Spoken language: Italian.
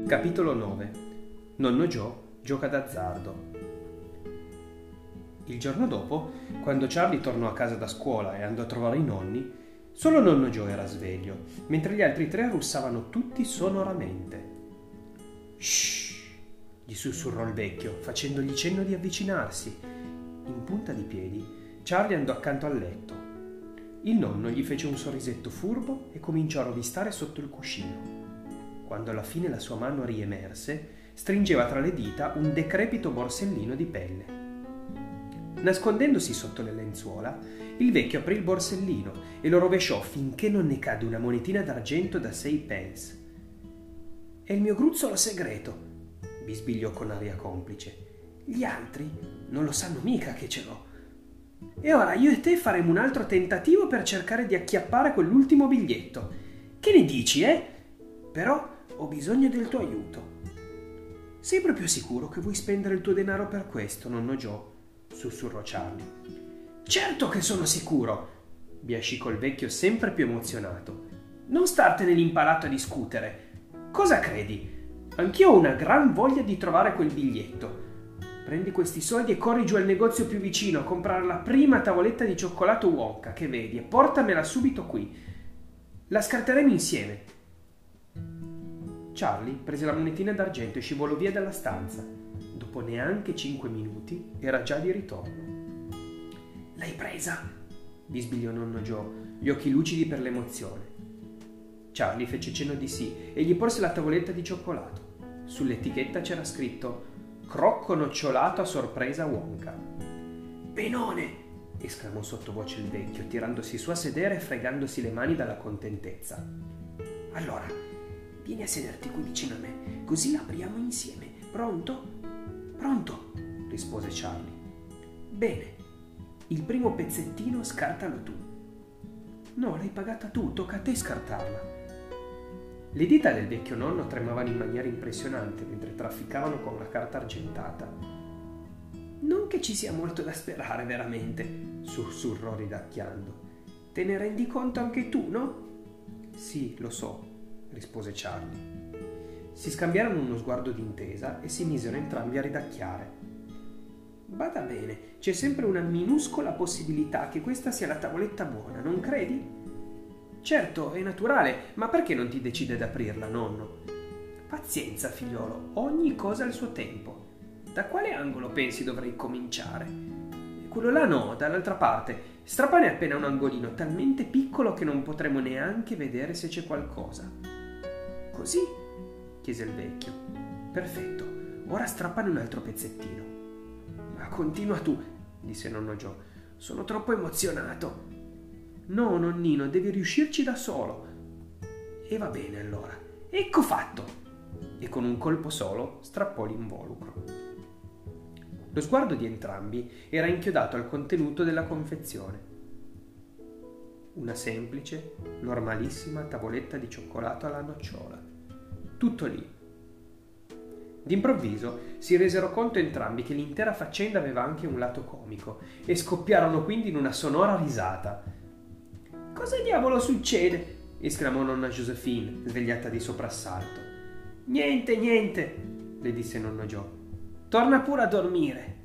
Capitolo 9. Nonno Joe gioca d'azzardo. Il giorno dopo, quando Charlie tornò a casa da scuola e andò a trovare i nonni, solo nonno Joe era sveglio, mentre gli altri tre russavano tutti sonoramente. «Shh!» gli sussurrò il vecchio, facendogli cenno di avvicinarsi. In punta di piedi, Charlie andò accanto al letto. Il nonno gli fece un sorrisetto furbo e cominciò a rovistare sotto il cuscino. Quando alla fine la sua mano riemerse, stringeva tra le dita un decrepito borsellino di pelle. Nascondendosi sotto le lenzuola, il vecchio aprì il borsellino e lo rovesciò finché non ne cadde una monetina d'argento da 6 pence. «È il mio gruzzolo segreto», bisbigliò con aria complice. «Gli altri non lo sanno mica che ce l'ho. E ora io e te faremo un altro tentativo per cercare di acchiappare quell'ultimo biglietto. Che ne dici, eh? Però ho bisogno del tuo aiuto». «Sei proprio sicuro che vuoi spendere il tuo denaro per questo, nonno Joe?» sussurrò Charlie. «Certo che sono sicuro!» biascicò il vecchio sempre più emozionato. «Non startene l'imparato a discutere. Cosa credi? Anch'io ho una gran voglia di trovare quel biglietto. Prendi questi soldi e corri giù al negozio più vicino a comprare la prima tavoletta di cioccolato Wonka che vedi e portamela subito qui. La scarteremo insieme». Charlie prese la monetina d'argento e scivolò via dalla stanza. Dopo neanche 5 minuti era già di ritorno. «L'hai presa?» bisbigliò nonno Joe, gli occhi lucidi per l'emozione. Charlie fece cenno di sì e gli porse la tavoletta di cioccolato. Sull'etichetta c'era scritto «Crocco nocciolato a sorpresa Wonka». «Benone!» esclamò sottovoce il vecchio, tirandosi su a sedere e fregandosi le mani dalla contentezza. «Allora, vieni a sederti qui vicino a me, così l'apriamo insieme. Pronto?» «Pronto», rispose Charlie. «Bene, il primo pezzettino scartalo tu». «No, l'hai pagata tu, tocca a te scartarla». Le dita del vecchio nonno tremavano in maniera impressionante mentre trafficavano con la carta argentata. «Non che ci sia molto da sperare, veramente», sussurrò ridacchiando. «Te ne rendi conto anche tu, no?» «Sì, lo so», rispose Charlie. Si scambiarono uno sguardo d'intesa e si misero entrambi a ridacchiare. «Bada bene, c'è sempre una minuscola possibilità che questa sia la tavoletta buona, non credi?» «Certo, è naturale, ma perché non ti decidi ad aprirla, nonno?» «Pazienza, figliolo, ogni cosa ha il suo tempo. Da quale angolo pensi dovrei cominciare?» «Quello là no, dall'altra parte. Strappane appena un angolino talmente piccolo che non potremo neanche vedere se c'è qualcosa». «Così?» chiese il vecchio. «Perfetto, ora strappane un altro pezzettino». «Ma continua tu», disse nonno Joe. «Sono troppo emozionato». «No, nonnino, devi riuscirci da solo». «E va bene allora. Ecco fatto!» E con un colpo solo strappò l'involucro. Lo sguardo di entrambi era inchiodato al contenuto della confezione. Una semplice, normalissima tavoletta di cioccolato alla nocciola. Tutto lì. D'improvviso si resero conto entrambi che l'intera faccenda aveva anche un lato comico e scoppiarono quindi in una sonora risata. «Cosa diavolo succede?» esclamò nonna Josephine, svegliata di soprassalto. «Niente, niente», le disse nonno Joe. «Torna pure a dormire».